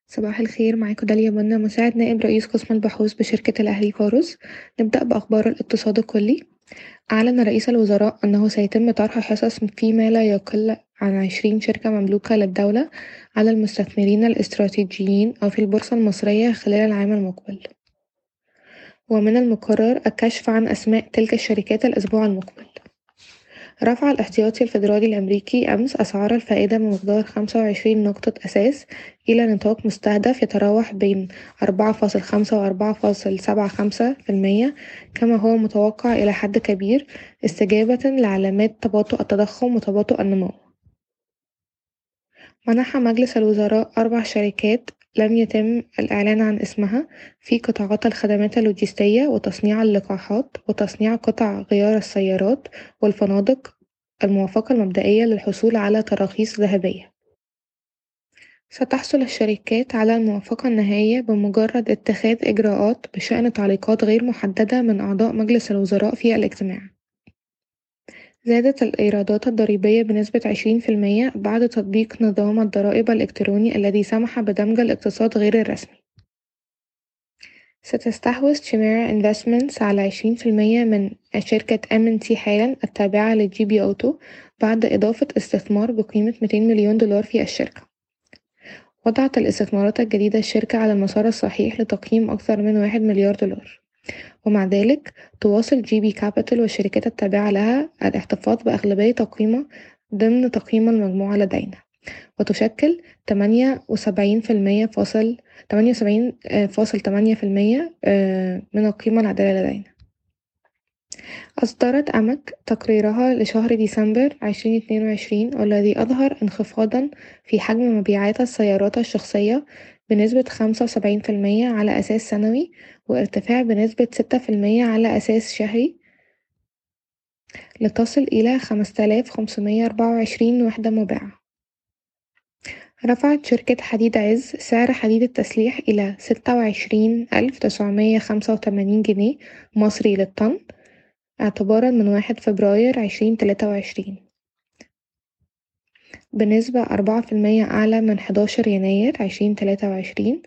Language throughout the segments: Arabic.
صباح الخير، معاكم داليا منى، مساعد نائب رئيس قسم البحوث بشركة الأهلي فارس. نبدأ بأخبار الاقتصاد الكلي. أعلن رئيس الوزراء أنه سيتم طرح حصص فيما لا يقل عن 20 شركة مملوكة للدولة على المستثمرين الاستراتيجيين أو في البورصة المصرية خلال العام المقبل، ومن المقرر الكشف عن أسماء تلك الشركات الأسبوع المقبل. رفع الاحتياطي الفيدرالي الأمريكي أمس أسعار الفائدة بمقدار 25 نقطة أساس إلى نطاق مستهدف يتراوح بين 4.5 و4.75%، كما هو متوقع إلى حد كبير استجابة لعلامات تباطؤ التضخم وتباطؤ النمو. منح مجلس الوزراء 4 شركات لم يتم الإعلان عن اسمها في قطاعات الخدمات اللوجستية وتصنيع اللقاحات وتصنيع قطع غيار السيارات والفنادق الموافقة المبدئية للحصول على تراخيص ذهبية. ستحصل الشركات على الموافقة النهائية بمجرد اتخاذ إجراءات بشأن تعليقات غير محددة من أعضاء مجلس الوزراء في الاجتماع. زادت الإيرادات الضريبية بنسبة 20% بعد تطبيق نظام الضرائب الإلكتروني الذي سمح بدمج الاقتصاد غير الرسمي. ستستحوذ شيميرا انفستمنتس على 20% من شركة M&T حالا التابعة لجي بي أوتو بعد إضافة استثمار بقيمة 200 مليون دولار في الشركة. وضعت الاستثمارات الجديدة الشركة على المسار الصحيح لتقييم أكثر من 1 مليار دولار، ومع ذلك تواصل جي بي كابيتال والشركات التابعة لها الاحتفاظ بأغلبية تقييمها ضمن تقييم المجموعة لدينا، وتشكل 78.8% من القيمة العادلة لدينا. أصدرت أمك تقريرها لشهر ديسمبر 2022 والذي أظهر انخفاضا في حجم مبيعات السيارات الشخصية بنسبة 75% على أساس سنوي، وارتفاع بنسبة 6% على أساس شهري، لتصل إلى 5524 وحدة مباعة. رفعت شركة حديد عز سعر حديد التسليح إلى 26,985 جنيه مصري للطن اعتبارا من 1 فبراير 2023، بنسبة 4% أعلى من 11 يناير 2023،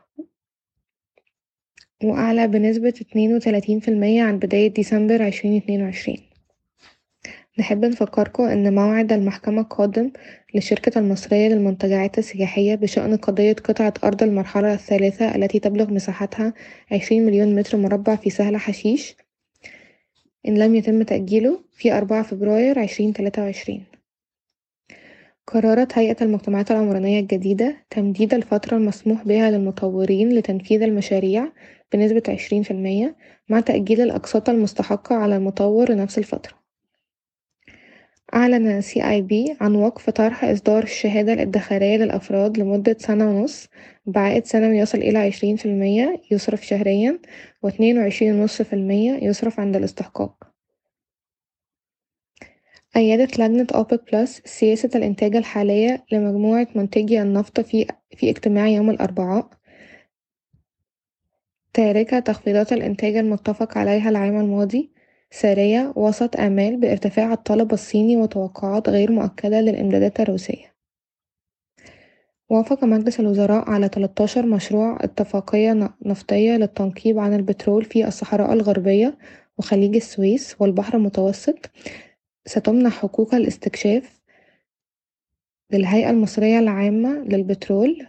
وأعلى بنسبة 32% عن بداية ديسمبر 2022. نحب نفكركم إن موعد المحكمة القادم للشركة المصرية للمنتجعات السياحية بشأن قضية قطعة أرض المرحلة الثالثة التي تبلغ مساحتها 20 مليون متر مربع في سهل حشيش إن لم يتم تأجيله في 4 فبراير 2023. قررت هيئة المجتمعات العمرانية الجديدة تمديد الفترة المسموح بها للمطورين لتنفيذ المشاريع بنسبة 20% مع تأجيل الأقساط المستحقة على المطور لنفس الفترة. أعلن CIB عن وقف طرح إصدار الشهادة الادخارية للأفراد لمدة 1.5 سنة بعائد سنوي يصل إلى 20% يصرف شهريا و22.5% يصرف عند الاستحقاق. أيدت لجنة أوبك بلس سياسة الإنتاج الحالية لمجموعة منتجي النفط في اجتماع يوم الأربعاء، تاركة تخفيضات الإنتاج المتفق عليها العام الماضي سارية وسط آمال بارتفاع الطلب الصيني وتوقعات غير مؤكدة للإمدادات الروسية. وافق مجلس الوزراء على 13 مشروع اتفاقية نفطية للتنقيب عن البترول في الصحراء الغربية وخليج السويس والبحر المتوسط، ستمنح حقوق الاستكشاف للهيئة المصرية العامة للبترول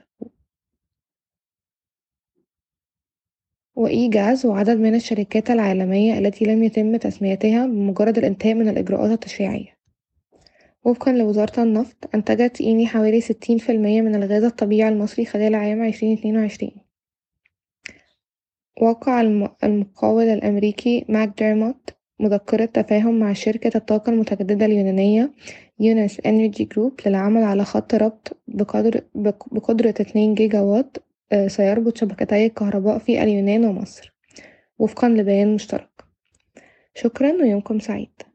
وإيجاز وعدد من الشركات العالمية التي لم يتم تسميتها بمجرد الانتهاء من الإجراءات التشريعية. وفقا لوزارة النفط، أنتجت إيني حوالي 60% من الغاز الطبيعي المصري خلال عام 2022. وقع المقاول الأمريكي ماك ديرموت مذكرة تفاهم مع شركة الطاقة المتجددة اليونانية يونس إنرجي جروب للعمل على خط ربط بقدرة 2 جيجا وات سيربط شبكتي الكهرباء في اليونان ومصر وفقا لبيان مشترك. شكرا ويومكم سعيد.